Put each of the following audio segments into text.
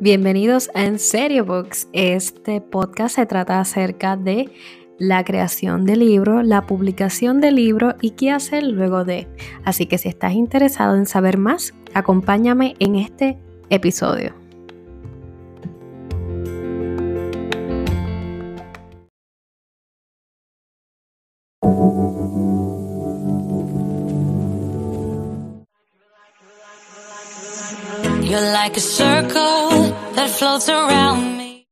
Bienvenidos a En Serio Books. Este podcast se trata acerca de la creación de libros, la publicación de libros y qué hacer luego de. Así que si estás interesado en saber más, acompáñame en este episodio. You're like a circle that floats around me.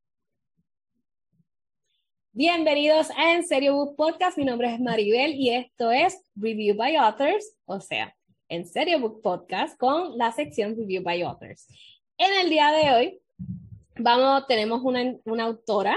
Bienvenidos a En Serio Book Podcast. Mi nombre es Maribel y esto es Review by Authors, o sea, En Serio Book Podcast con la sección Review by Authors. En el día de hoy tenemos una autora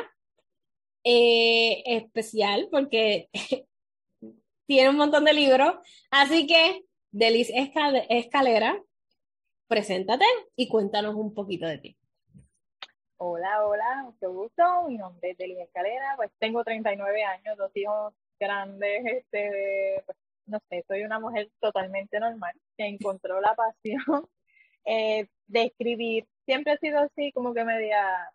especial porque tiene un montón de libros, así que Delis Escalera, preséntate y cuéntanos un poquito de ti. Hola, mucho gusto. Mi nombre es Delis Escalera, pues tengo 39 años, 2 hijos grandes, pues, no sé, soy una mujer totalmente normal que encontró la pasión de escribir. Siempre he sido así como que media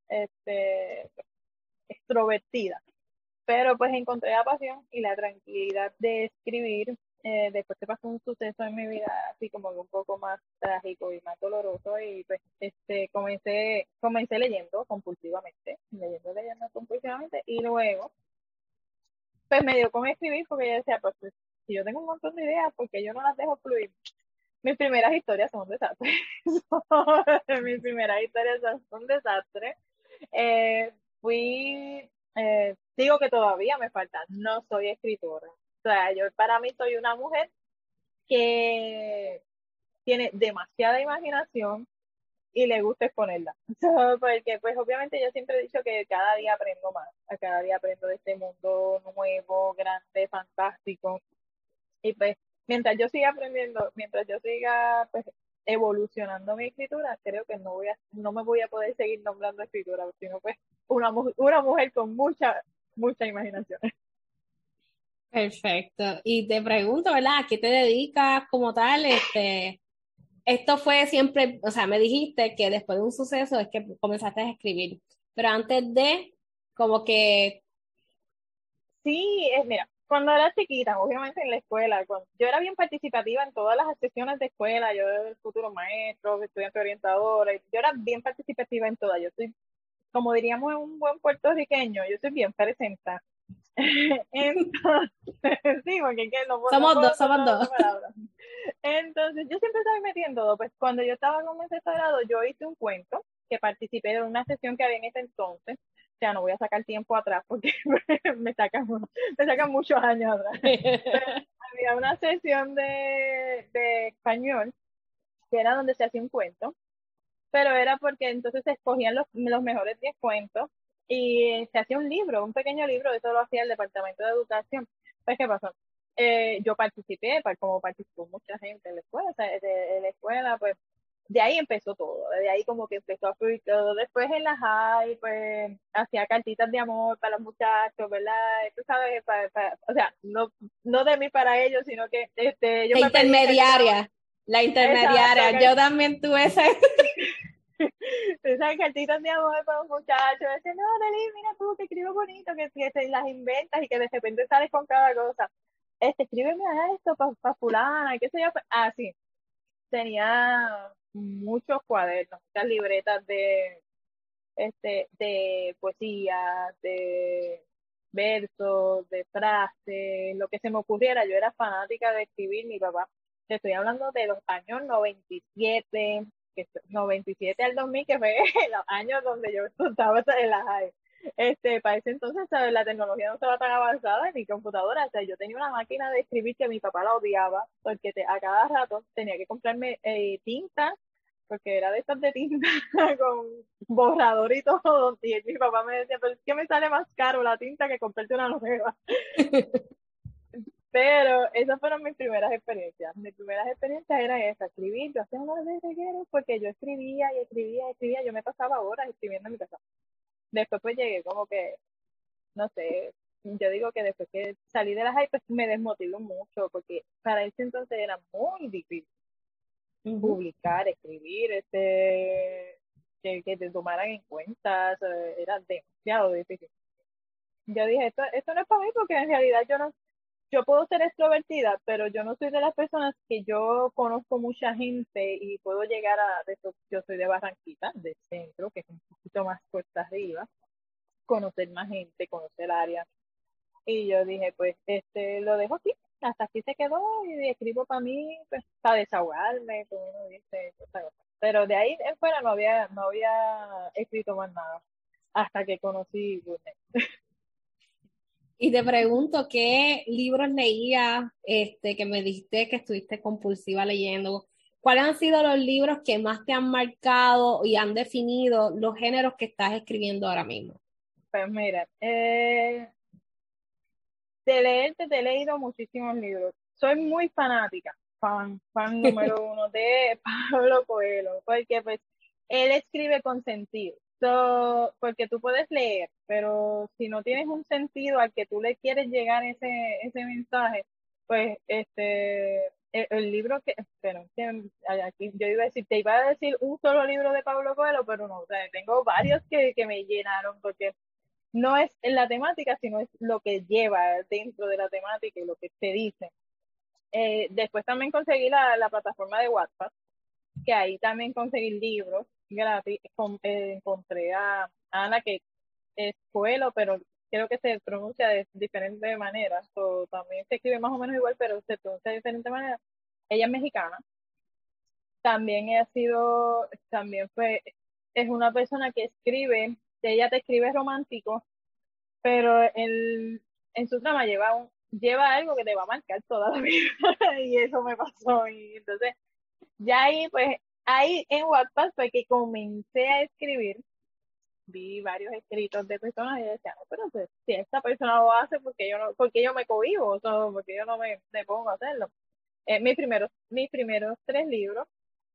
extrovertida, pero pues encontré la pasión y la tranquilidad de escribir. Después que pasó un suceso en mi vida así como que un poco más trágico y más doloroso y pues comencé leyendo compulsivamente y luego pues me dio con escribir porque yo decía pues si yo tengo un montón de ideas porque yo no las dejo fluir. Mis primeras historias son un desastre. Mis primeras historias son un desastre. Digo que todavía me falta, no soy escritora. O sea, yo para mí soy una mujer que tiene demasiada imaginación y le gusta exponerla. Porque pues obviamente yo siempre he dicho que cada día aprendo más, cada día aprendo de este mundo nuevo, grande, fantástico. Y pues mientras yo siga aprendiendo, mientras yo siga pues evolucionando mi escritura, creo que no me voy a poder seguir nombrando escritura, sino pues una mujer con mucha imaginación. Perfecto. Y te pregunto, ¿verdad? ¿A qué te dedicas como tal? Esto fue siempre, o sea, me dijiste que después de un suceso es que comenzaste a escribir, pero antes de, como que... Sí, mira, cuando era chiquita, obviamente en la escuela, yo era bien participativa en todas las sesiones de escuela, yo era el futuro maestro, estudiante orientadora, yo era bien participativa en todas, yo soy, como diríamos en un buen puertorriqueño, yo soy bien presenta. Entonces, sí, porque Somos dos. Entonces, yo siempre estaba metiendo, pues cuando yo estaba en un sexto grado, yo hice un cuento que participé de una sesión que había en ese entonces. O sea, no voy a sacar tiempo atrás porque me sacan muchos años atrás. Pero había una sesión de español que era donde se hacía un cuento, pero era porque entonces se escogían los mejores 10 cuentos y se hacía un libro, un pequeño libro, eso lo hacía el Departamento de Educación. Pues, ¿qué pasó? Yo participé, como participó mucha gente en la escuela, o sea, de la escuela, pues, de ahí empezó todo, de ahí como que empezó a fluir todo. Después en la high, pues, hacía cartitas de amor para los muchachos, ¿verdad? Tú sabes, o sea, no de mí para ellos, sino que yo me intermediaria. La intermediaria, exacto, yo también tuve esa. Esas cartitas de amor para un muchacho, dice, no, Deli, mira tú, que escribo bonito, que te las inventas y que de repente sales con cada cosa. Escríbeme a esto para fulana, qué sé yo. Sí, tenía muchos cuadernos, muchas libretas de poesía, de versos, de frases, lo que se me ocurriera. Yo era fanática de escribir. Mi papá, te estoy hablando de los años 97, 97 al 2000, que fue los años donde yo estaba en la high. Para ese entonces, ¿sabes? La tecnología no estaba tan avanzada en mi computadora. O sea, yo tenía una máquina de escribir que mi papá la odiaba porque a cada rato tenía que comprarme tinta, porque era de estas de tinta con borrador y todo. Y mi papá me decía, pero es que me sale más caro la tinta que comprarte una nueva. Pero esas fueron mis primeras experiencias. Mis primeras experiencias eran esas, escribir. Yo hacía unos de regueros porque yo escribía y escribía y escribía. Yo me pasaba horas escribiendo en mi casa. Después pues llegué como que, no sé, yo digo que después que salí de la high, pues me desmotivó mucho porque para ese entonces era muy difícil publicar, escribir, que te tomaran en cuenta, o sea, era demasiado difícil. Yo dije, esto no es para mí porque en realidad yo puedo ser extrovertida, pero yo no soy de las personas que yo conozco mucha gente y puedo llegar yo soy de Barranquita, del centro, que es un poquito más cuesta arriba, conocer más gente, conocer áreas. Y yo dije, pues, lo dejo aquí, hasta aquí se quedó y escribo para mí, pues, para desahogarme, como uno dice, esa cosa. Pero de ahí en fuera no había escrito más nada, hasta que conocí Goodness. Y te pregunto, ¿qué libros leías, que me dijiste que estuviste compulsiva leyendo? ¿Cuáles han sido los libros que más te han marcado y han definido los géneros que estás escribiendo ahora mismo? Pues mira, de leerte te he leído muchísimos libros. Soy muy fanática, fan número uno de Pablo Coelho, porque pues él escribe con sentido. Porque tú puedes leer, pero si no tienes un sentido al que tú le quieres llegar ese mensaje, pues el libro pero aquí yo iba a decir, te iba a decir un solo libro de Pablo Coelho, pero no, o sea, tengo varios que me llenaron, porque no es en la temática, sino es lo que lleva dentro de la temática y lo que te dice. Después también conseguí la plataforma de Wattpad, que ahí también conseguí libros gratis. Encontré a Ana, que es Coelho, pero creo que se pronuncia de diferentes maneras, o también se escribe más o menos igual, pero se pronuncia de diferentes maneras. Ella es mexicana. Es una persona que escribe, ella te escribe romántico, pero en su trama lleva algo que te va a marcar toda la vida. Y eso me pasó. Y entonces, ya ahí, pues, ahí en Wattpad fue que comencé a escribir. Vi varios escritos de personas y decía, no, pero pues, si esta persona lo hace, porque yo me cohíbo, o sea, porque yo no me pongo a hacerlo. Mis primeros 3 libros,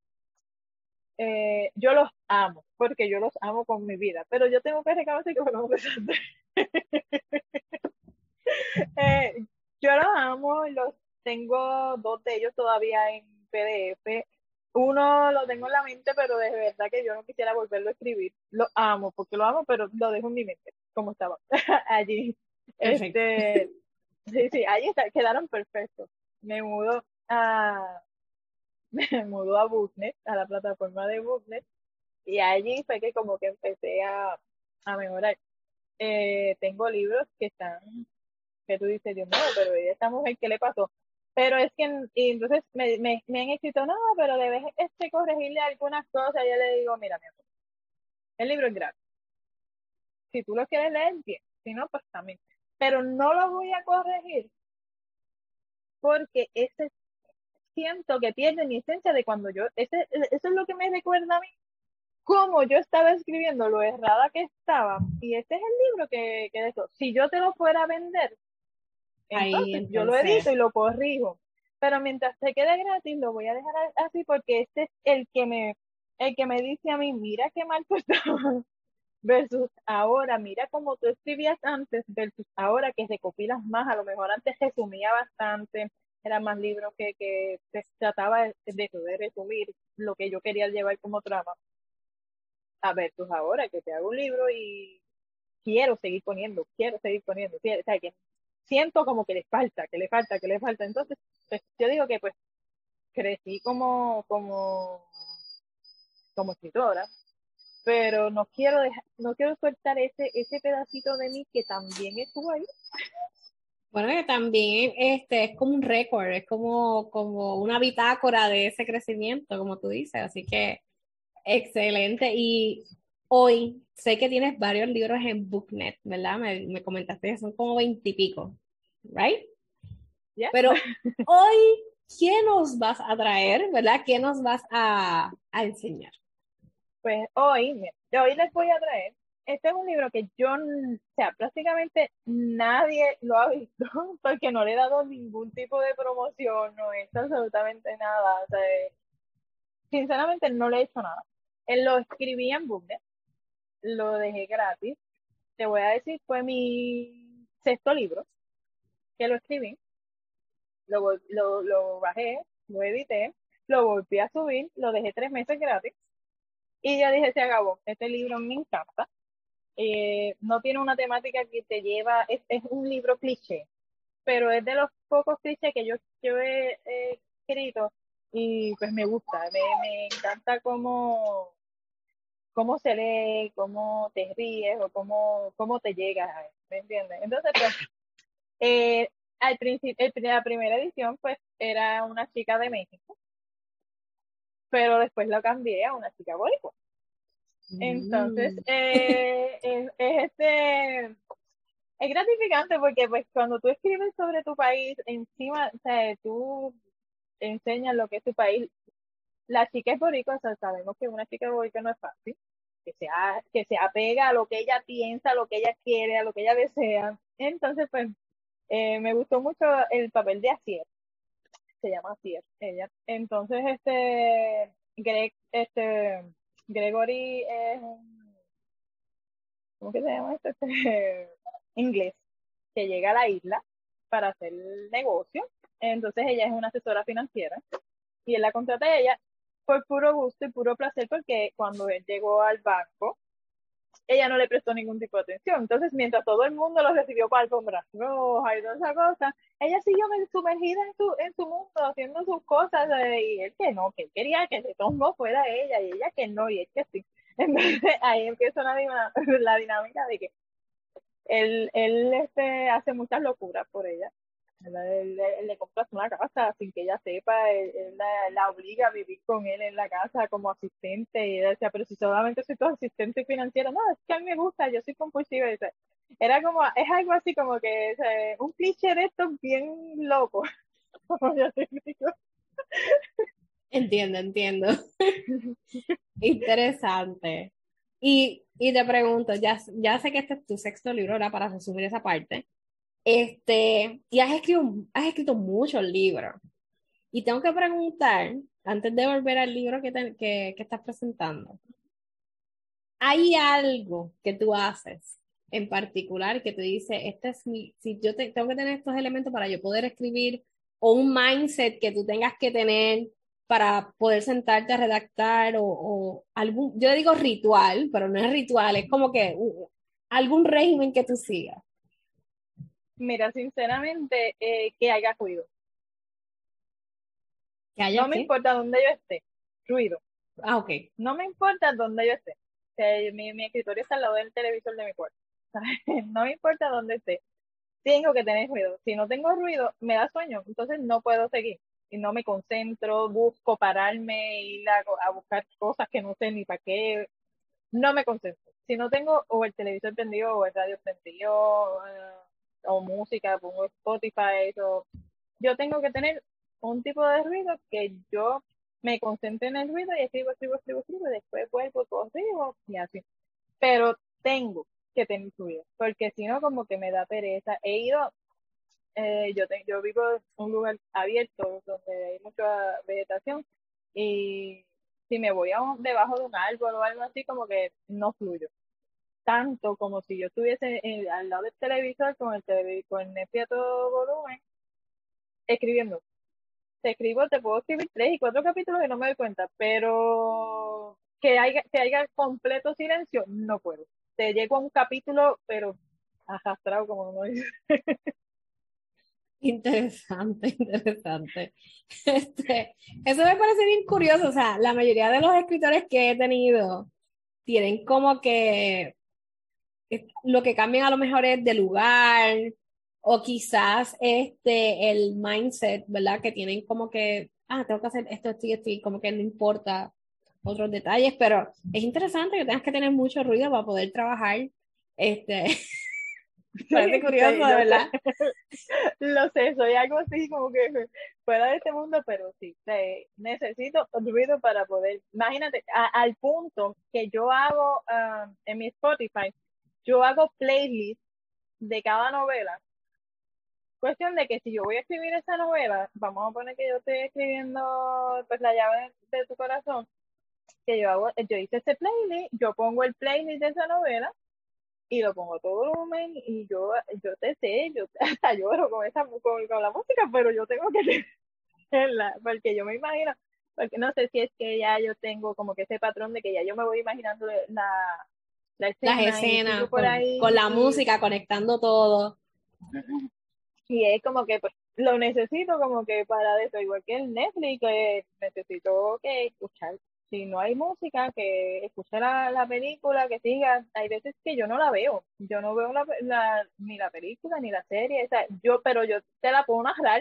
yo los amo, porque yo los amo con mi vida, pero yo tengo que reconocer que fueron desastres. Eh, yo los amo, tengo 2 de ellos todavía en PDF. Uno lo tengo en la mente, pero de verdad que yo no quisiera volverlo a escribir. Lo amo, porque lo amo, pero lo dejo en mi mente, como estaba allí. Perfecto. Sí, allí quedaron perfectos. Me mudo a, me mudo a Booknet, a la plataforma de Booknet, y allí fue que como que empecé a mejorar. Tengo libros que tú dices, Dios mío, pero ¿y esta mujer qué le pasó? Pero es que, y entonces me han escrito, no, pero debes corregirle algunas cosas. Y yo le digo, mira, mi amor, el libro es gratis. Si tú lo quieres leer, bien. Si no, pues también. Pero no lo voy a corregir porque siento que pierde mi esencia de cuando eso es lo que me recuerda a mí, cómo yo estaba escribiendo, lo errada que estaba. Y este es el libro que de eso. Si yo te lo fuera a vender, Ahí entonces yo lo edito entonces, y lo corrijo. Pero mientras se quede gratis, lo voy a dejar así porque este es el que me dice a mí, mira qué mal tú estabas, versus ahora, mira cómo tú escribías antes, versus ahora que recopilas más. A lo mejor antes resumía bastante, eran más libros que se trataba de resumir lo que yo quería llevar como trama. A versus ahora que te hago un libro y quiero seguir poniendo, o sea, que siento como que le falta, que le falta, que le falta. Entonces, pues, yo digo que pues crecí como escritora, pero no quiero soltar ese pedacito de mí que también estuvo ahí. bueno, que también es como un récord, es como una bitácora de ese crecimiento, como tú dices, así que excelente. Y hoy sé que tienes varios libros en Booknet, ¿verdad? Me comentaste que son como 20 y pico, ¿right? ¿Ya? Pero hoy, ¿qué nos vas a traer, verdad? ¿Qué nos vas a enseñar? Pues hoy les voy a traer. Este es un libro que o sea, prácticamente nadie lo ha visto porque no le he dado ningún tipo de promoción, no he hecho absolutamente nada. O sea, sinceramente no le he hecho nada. Él lo escribí en Booknet, lo dejé gratis. Te voy a decir, fue mi sexto libro que lo escribí, lo bajé, lo edité, lo volví a subir, lo dejé 3 meses gratis Y yo dije, se acabó, este libro me encanta. No tiene una temática que te lleva, es un libro cliché, pero es de los pocos clichés que yo he escrito y pues me gusta, me encanta cómo se lee, cómo te ríes o cómo te llegas a él, ¿me entiendes? Entonces, pues, al principio, la primera edición, pues, era una chica de México, pero después lo cambié a una chica boricua. Entonces, Mm. es gratificante porque pues cuando tú escribes sobre tu país, encima, o sea, tú enseñas lo que es tu país. La chica es boricua, o sea, sabemos que una chica boricua no es fácil, que se apega a lo que ella piensa, a lo que ella quiere, a lo que ella desea. Entonces, pues, me gustó mucho el papel de Asier, se llama Asier, ella. Entonces, Gregory es un, ¿cómo que se llama esto? Inglés, que llega a la isla para hacer el negocio. Entonces ella es una asesora financiera y él la contrata a ella por puro gusto y puro placer porque cuando él llegó al banco, ella no le prestó ningún tipo de atención. Entonces, mientras todo el mundo lo recibió con alfombras rojas y toda esa cosa, ella siguió sumergida en su mundo, haciendo sus cosas, y él que no, que él quería que de todos modos fuera ella, y ella que no, y él que sí. Entonces, ahí empieza la dinámica de que él hace muchas locuras por ella. Él le compra una casa sin que ella sepa, él la obliga a vivir con él en la casa como asistente, y ella decía, pero si solamente soy tu asistente financiero, no, es que a mí me gusta, yo soy compulsiva, y dice, era como, es algo así como que un cliché de estos bien loco, como yo te digo. Entiendo. Interesante. Y te pregunto, ya sé que este es tu sexto libro, ahora para resumir esa parte. Y has escrito muchos libros. Y tengo que preguntar, antes de volver al libro que estás presentando, ¿hay algo que tú haces en particular que te dice, si tengo que tener estos elementos para yo poder escribir, o un mindset que tú tengas que tener para poder sentarte a redactar, o algún, yo digo ritual, pero no es ritual, es como que algún régimen que tú sigas? Mira, sinceramente, que haya ruido. ¿Que haya No me qué? importa dónde yo esté, ruido. Ah, ok. No me importa dónde yo esté. O sea, mi escritorio está al lado del televisor de mi cuarto. No me importa dónde esté. Tengo que tener ruido. Si no tengo ruido, me da sueño. Entonces no puedo seguir. Y no me concentro, busco pararme, ir a buscar cosas que no sé ni para qué. No me concentro. Si no tengo o el televisor prendido o el radio prendido, o música, pongo Spotify, o yo tengo que tener un tipo de ruido que yo me concentre en el ruido y escribo, y después vuelvo, corrijo y así. Pero tengo que tener ruido, porque si no, como que me da pereza. Yo vivo en un lugar abierto donde hay mucha vegetación, y si me voy debajo de un árbol o algo así, como que no fluyo tanto como si yo estuviese al lado del televisor con el Netflix a todo volumen escribiendo. Te puedo escribir 3 y 4 capítulos y no me doy cuenta, pero que haya completo silencio, no puedo. Te llego a un capítulo, pero arrastrado, como uno dice. Interesante, interesante. Eso me parece bien curioso. O sea, la mayoría de los escritores que he tenido tienen como que lo que cambian a lo mejor es de lugar, o quizás el mindset, ¿verdad? Que tienen como que, tengo que hacer esto, y como que no importa otros detalles, pero es interesante que tengas que tener mucho ruido para poder trabajar. Este, parece curioso, Sí, de verdad. lo sé, soy algo así como que fuera de este mundo, pero sí, necesito ruido para poder, imagínate, al punto que yo hago en mi Spotify, yo hago playlists de cada novela. Cuestión de que si yo voy a escribir esa novela, vamos a poner que yo estoy escribiendo pues la llave de tu corazón, que yo hice ese playlist, yo pongo el playlist de esa novela y lo pongo a todo volumen, y yo te sé, yo hasta lloro con la música, pero yo tengo que tenerla, porque yo me imagino, porque no sé si es que ya yo tengo como que ese patrón de que ya yo me voy imaginando la Las escena y escenas sigo por con la ahí música, conectando todo. y es como que pues lo necesito como que para eso, igual que el Netflix, que necesito que escuchar. Si no hay música, que escuche la película, que siga. Hay veces que yo no la veo. Yo no veo ni la película ni la serie. O sea, pero yo te la puedo narrar.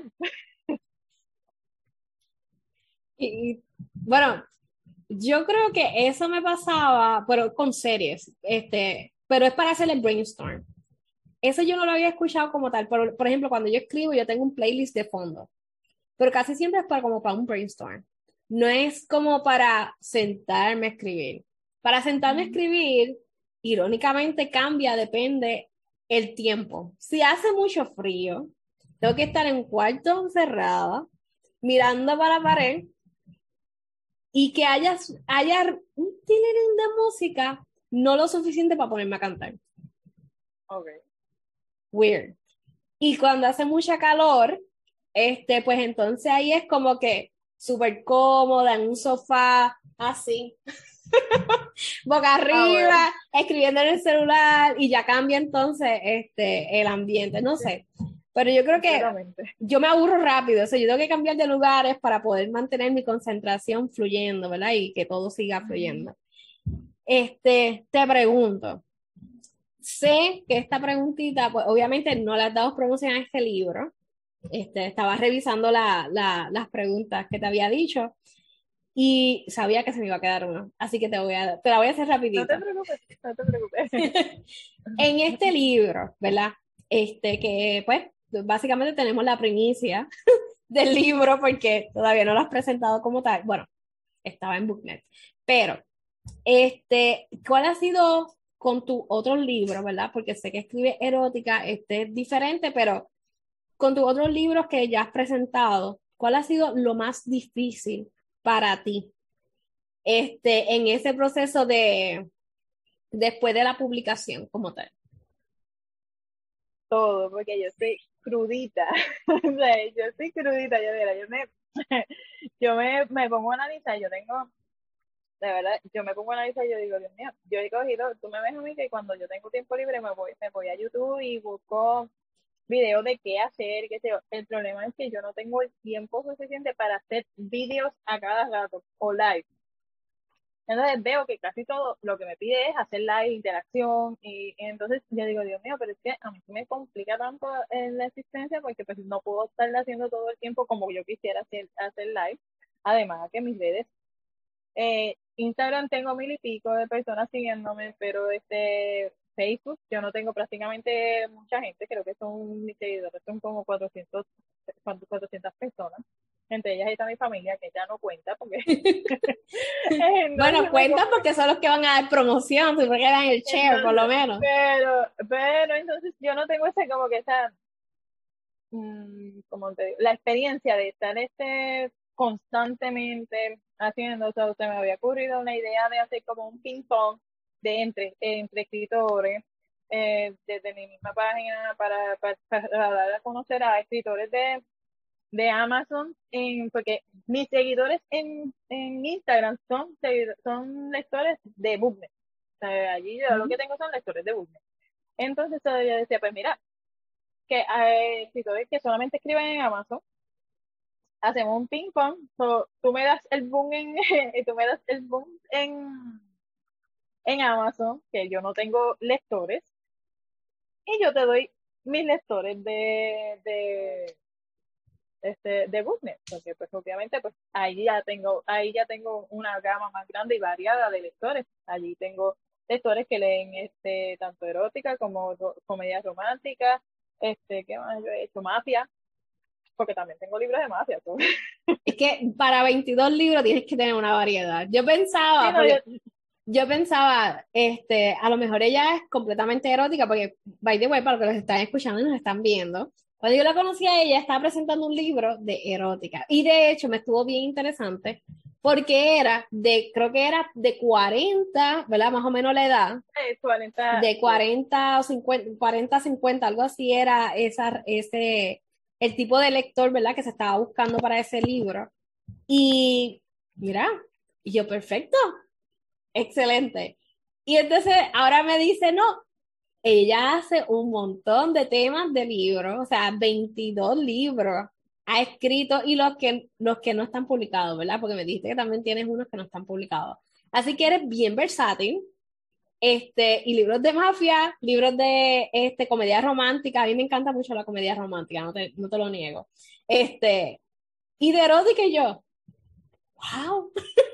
Bueno, yo creo que eso me pasaba, pero con series, pero es para hacer el brainstorm. Eso yo no lo había escuchado como tal. Por ejemplo, cuando yo escribo, yo tengo un playlist de fondo, pero casi siempre es como para un brainstorm. No es como para sentarme a escribir. Para sentarme a escribir, irónicamente cambia, depende el tiempo. Si hace mucho frío, tengo que estar en un cuarto encerrada, mirando para la pared, y que haya un tiling de música, no lo suficiente para ponerme a cantar. Okay. Weird. Y cuando hace mucha calor, pues entonces ahí es como que súper cómoda en un sofá, así, boca arriba, escribiendo en el celular, y ya cambia entonces el ambiente, no sé. Pero yo creo que yo me aburro rápido, o sea, yo tengo que cambiar de lugares para poder mantener mi concentración fluyendo, ¿verdad? Y que todo siga fluyendo. Te pregunto, sé que esta preguntita, pues obviamente no le has dado promoción a este libro. Estaba revisando las preguntas que te había dicho y sabía que se me iba a quedar uno, así que te la voy a hacer rapidito. No te preocupes, no te preocupes. En este libro, ¿verdad? Que pues básicamente tenemos la primicia del libro porque todavía no lo has presentado como tal. Bueno, estaba en BookNet, pero ¿cuál ha sido con tus otros libros, verdad? Porque sé que escribes erótica, es diferente, pero con tus otros libros que ya has presentado, ¿cuál ha sido lo más difícil para ti en ese proceso después de la publicación como tal? Todo, porque yo estoy crudita. O sea, yo estoy crudita, yo me pongo a analizar, de verdad, yo me pongo a analizar y yo digo, Dios mío, yo he cogido, tú me ves a mí que cuando yo tengo tiempo libre me voy a YouTube y busco videos de qué hacer, qué sé yo. El problema es que yo no tengo el tiempo suficiente para hacer videos a cada rato o live. Entonces veo que casi todo lo que me pide es hacer live, interacción, y entonces yo digo, Dios mío, pero es que a mí me complica tanto en la existencia porque pues no puedo estar haciendo todo el tiempo como yo quisiera hacer live. Además que mis redes, Instagram tengo 1,000 y pico de personas siguiéndome, pero Facebook yo no tengo prácticamente mucha gente, creo que son mis seguidores, son como 400 personas. Entre ellas está mi familia, que ya no cuenta, porque bueno, cuenta porque son los que van a dar promoción, porque dan el share, por lo menos. Pero entonces yo no tengo como que esa, como te digo, la experiencia de estar constantemente haciendo. O sea, usted me había ocurrido una idea de hacer como un ping pong entre escritores, desde mi misma página para dar a conocer a escritores de Amazon, porque mis seguidores en Instagram son lectores de BookNet. O sea, allí yo lo que tengo son lectores de BookNet. Entonces yo decía, pues mira, que hay escritores que solamente escriben en Amazon, hacemos un ping pong, tú me das el boom tú me das el boom en Amazon, que yo no tengo lectores, y yo te doy mis lectores de BookNet, porque pues obviamente pues ahí ya tengo una gama más grande y variada de lectores. Allí tengo lectores que leen tanto erótica como comedia romántica, ¿qué más yo he hecho? Mafia, porque también tengo libros de mafia. Es que para 22 libros tienes que tener una variedad. Yo pensaba, a lo mejor ella es completamente erótica, porque, by the way, para los que los están escuchando y nos están viendo, cuando yo la conocí a ella, estaba presentando un libro de erótica. Y de hecho, me estuvo bien interesante, porque creo que era de 40, ¿verdad? Más o menos la edad. 40. De 40 o 50, 40, 50, algo así era el tipo de lector, ¿verdad? Que se estaba buscando para ese libro. Y Mira, y yo, perfecto, excelente. Y entonces ahora me dice, no, ella hace un montón de temas de libros, o sea, 22 libros ha escrito y los que no están publicados, ¿verdad? Porque me dijiste que también tienes unos que no están publicados. Así que eres bien versátil. Y libros de mafia, libros de comedia romántica. A mí me encanta mucho la comedia romántica, no te lo niego. Y de erótica y yo, wow.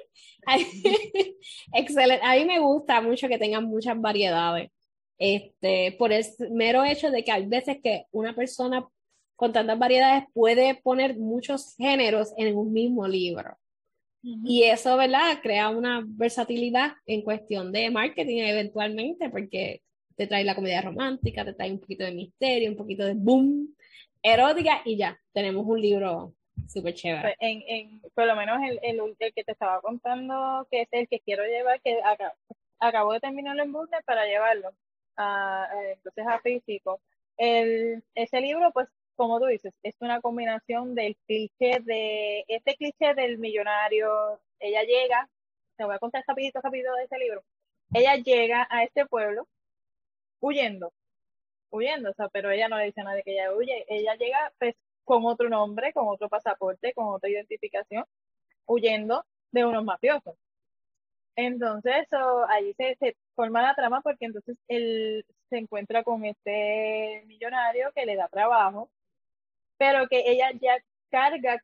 Excelente. A mí me gusta mucho que tengan muchas variedades. Por el mero hecho de que hay veces que una persona con tantas variedades puede poner muchos géneros en un mismo libro. Ujú. Y eso, ¿verdad? Crea una versatilidad en cuestión de marketing eventualmente, porque te trae la comedia romántica, te trae un poquito de misterio, un poquito de boom, erótica y ya, tenemos un libro súper Pues chévere. por lo menos el que te estaba contando, que es el que quiero llevar, que acabo de terminarlo en Booknet para llevarlo entonces a físico. Ese libro, pues, como tú dices, es una combinación del cliché este cliché del millonario. Ella llega, te voy a contar rapidito, rapidito de ese libro. Ella llega a este pueblo huyendo, huyendo, o sea, pero ella no le dice a nadie que ella huye. Ella llega, pues, con otro nombre, con otro pasaporte, con otra identificación, huyendo de unos mafiosos. Entonces, allí se forma la trama porque entonces él se encuentra con este millonario que le da trabajo, pero que ella ya carga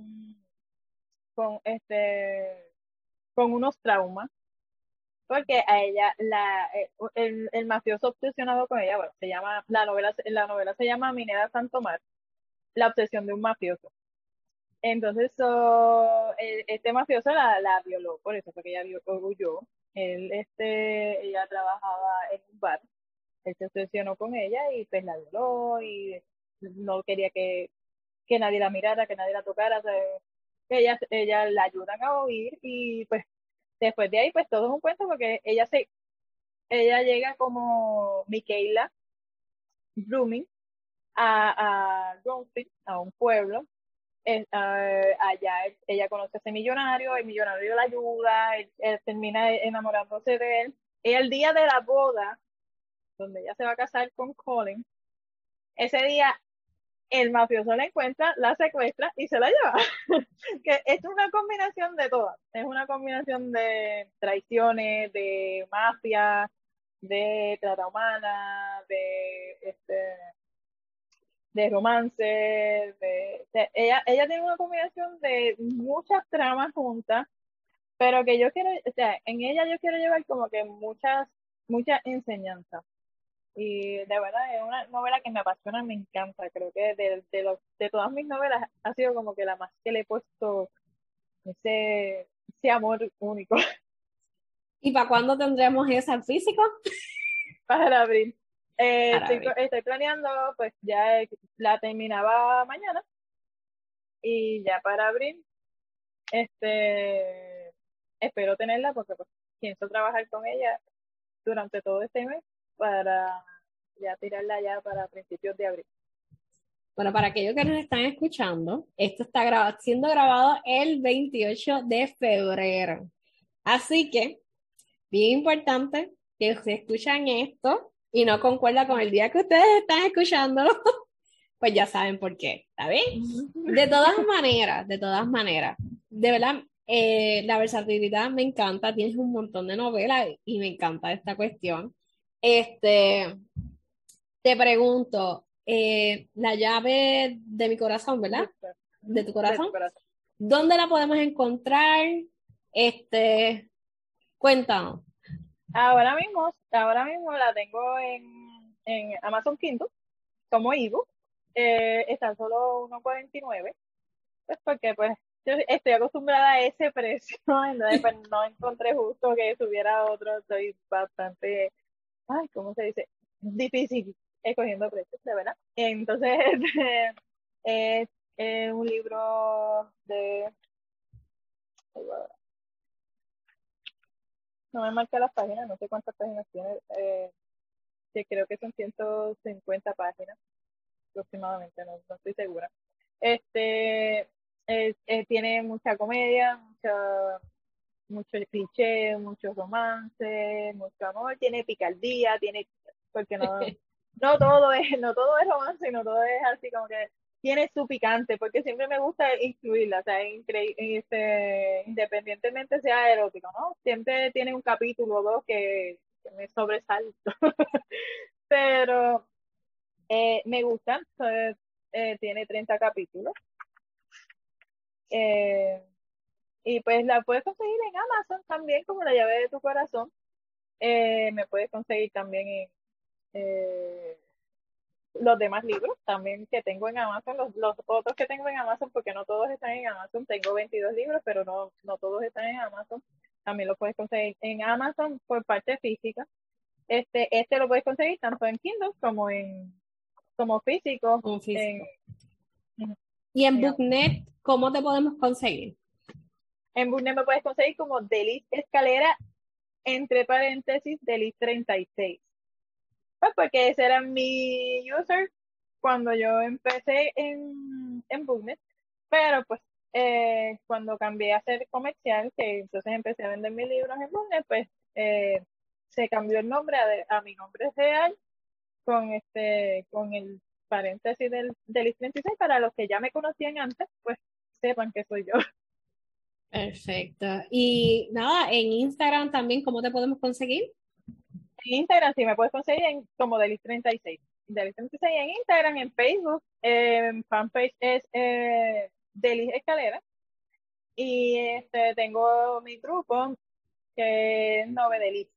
con con unos traumas, porque a ella, el mafioso obsesionado con ella, bueno, la novela se llama Minera Santomar, la obsesión de un mafioso. Entonces, este mafioso la violó, por eso fue que ella huyó. Ella trabajaba en un bar, él se obsesionó con ella y pues la violó y no quería que nadie la mirara, que nadie la tocara. O sea, ella la ayudan a huir y pues después de ahí pues todo es un cuento porque ella llega como Michaela Blooming a Bromfield, a un pueblo. Allá ella conoce a ese millonario, el millonario la ayuda, él termina enamorándose de él. Y el día de la boda, donde ella se va a casar con Colin, ese día el mafioso la encuentra, la secuestra y se la lleva. Que es una combinación de todas. Es una combinación de traiciones, de mafia, de trata humana, de romance, ella tiene una combinación de muchas tramas juntas, pero que yo quiero, o sea, en ella yo quiero llevar como que muchas enseñanzas. Y de verdad es una novela que me apasiona, me encanta. Creo que de todas mis novelas ha sido como que la más que le he puesto ese amor único ¿Y para cuándo tendremos esa en físico? para abril. Para ver. Estoy planeando, pues ya la terminaba mañana y ya para abril espero tenerla porque pues, pienso trabajar con ella durante todo este mes para ya tirarla ya para principios de abril. Bueno, para aquellos que nos están escuchando, esto está siendo grabado el 28 de febrero. Así que, bien importante que ustedes escuchan esto y no concuerda con el día que ustedes están escuchándolo, pues ya saben por qué, ¿está bien? De todas maneras, de verdad, la versatilidad me encanta, tienes un montón de novelas y me encanta esta cuestión. Este, Te pregunto, la llave de mi corazón, ¿verdad? De tu De tu corazón, corazón. ¿dónde la podemos encontrar? Cuéntanos. Ahora mismo la tengo en Amazon Kindle como ebook. Está solo 1.49, pues porque pues yo estoy acostumbrada a ese precio, entonces pues no encontré justo que subiera otro. Estoy bastante, ay, ¿cómo se dice? Difícil escogiendo precios, de verdad. Entonces, es un libro no me marca las páginas, no sé cuántas páginas tiene, que creo que son 150 páginas aproximadamente, no estoy segura. Este, Tiene mucha comedia, mucho cliché, mucho romance, mucho amor, tiene picardía, porque no todo es romance, no todo es así como que tiene su picante, porque siempre me gusta incluirla, o sea, independientemente sea erótico, ¿no? Siempre tiene un capítulo o dos que me sobresalto. Pero me gustan, tiene 30 capítulos. Y pues la puedes conseguir en Amazon también, como La llave de tu corazón. Me puedes conseguir también en los demás libros también que tengo en Amazon, los otros que tengo en Amazon, porque no todos están en Amazon. Tengo 22 libros, pero no todos están en Amazon. También lo puedes conseguir en Amazon por parte física. Este lo puedes conseguir tanto en Kindle como físico. Un físico. Y en BookNet, ¿cómo te podemos conseguir? En BookNet me puedes conseguir como Delis Escalera, entre paréntesis, Delis 36. Pues porque ese era mi user cuando yo empecé en BookNet, pero pues cuando cambié a ser comercial, que entonces empecé a vender mis libros en BookNet, pues se cambió el nombre a mi nombre real con el paréntesis del Delis 36, para los que ya me conocían antes, pues sepan que soy yo. Perfecto. Y nada, en Instagram también, ¿cómo te podemos conseguir? En Instagram sí me puedes conseguir como Delis 36. Delis 36 en Instagram, en Facebook, fanpage es Delis Escalera. Y tengo mi grupo que es Nove Delis.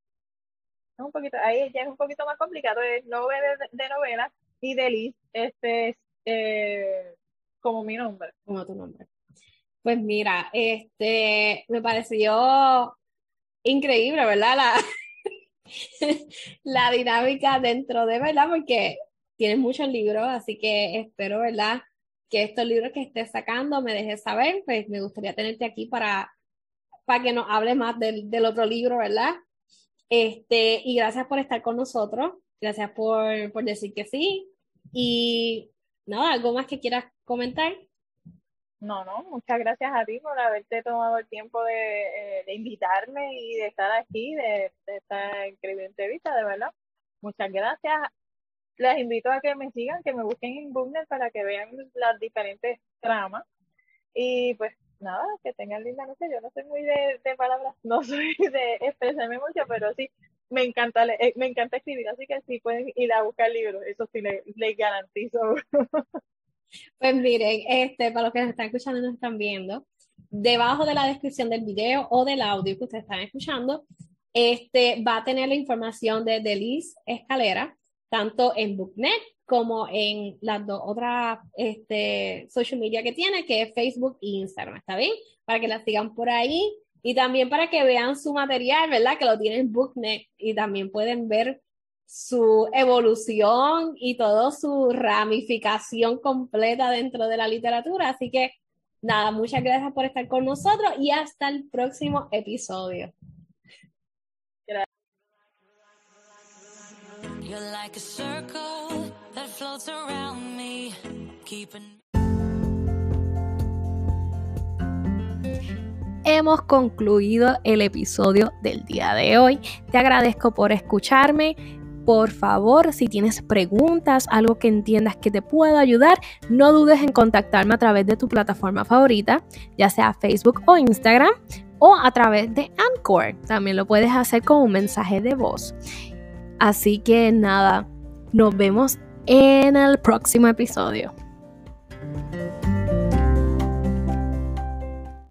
Ahí ya es un poquito más complicado, es Nove de novela y Delis, es como mi nombre. Como tu nombre. Pues mira, me pareció increíble, ¿verdad? La dinámica dentro de, ¿verdad? Porque tienes muchos libros, así que espero, ¿verdad? Que estos libros que estés sacando me dejes saber, pues me gustaría tenerte aquí para que nos hable más del otro libro, ¿verdad? Y gracias por estar con nosotros, gracias por decir que sí, y nada, ¿algo más que quieras comentar? No, muchas gracias a ti por haberte tomado el tiempo de invitarme y de estar aquí, de esta increíble entrevista, de verdad. Muchas gracias. Les invito a que me sigan, que me busquen en BookNet para que vean las diferentes tramas. Y pues nada, que tengan linda noche. Yo no soy muy de palabras, no soy de expresarme mucho, pero sí, me encanta escribir, así que sí pueden ir a buscar libros, eso sí les garantizo. Pues miren, para los que nos están escuchando y nos están viendo, debajo de la descripción del video o del audio que ustedes están escuchando, va a tener la información de Delis Escalera, tanto en BookNet como en las dos otras social media que tiene, que es Facebook e Instagram, ¿está bien? Para que la sigan por ahí y también para que vean su material, ¿verdad? Que lo tienen en BookNet y también pueden ver su evolución y toda su ramificación completa dentro de la literatura. Así que nada, muchas gracias por estar con nosotros y hasta el próximo episodio. You're like a circle that floats around me, keeping... Hemos concluido el episodio del día de hoy. Te agradezco por escucharme. Por favor, si tienes preguntas, algo que entiendas que te pueda ayudar, no dudes en contactarme a través de tu plataforma favorita, ya sea Facebook o Instagram, o a través de Anchor. También lo puedes hacer con un mensaje de voz. Así que nada, nos vemos en el próximo episodio.